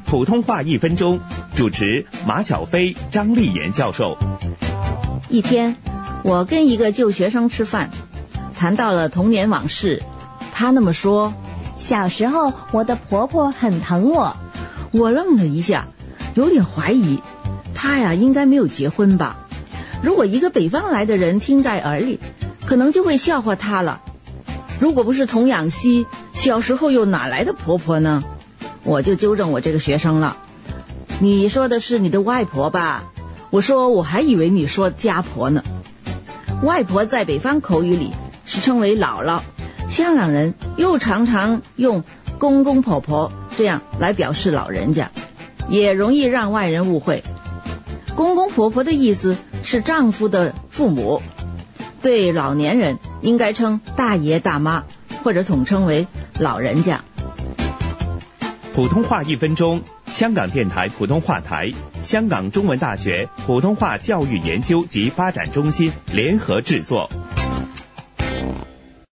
普通话1分钟，主持马晓飞、张丽妍教授。 一天，我跟一个旧学生吃饭，谈到了童年往事。他那么说： 小时候我的婆婆很疼我。 我愣了一下，有点怀疑，他呀应该没有结婚吧？如果一个北方来的人听在耳里，可能就会笑话他了。如果不是童养媳，小时候又哪来的婆婆呢？我就纠正我这个学生了。你说的是你的外婆吧？我说我还以为你说家婆呢。外婆在北方口语里是称为姥姥，香港人又常常用公公婆婆这样来表示老人家，也容易让外人误会。公公婆婆的意思是丈夫的父母，对老年人应该称大爷大妈，或者统称为老人家。 普通话1分钟，香港电台普通话台、香港中文大学普通话教育研究及发展中心联合制作。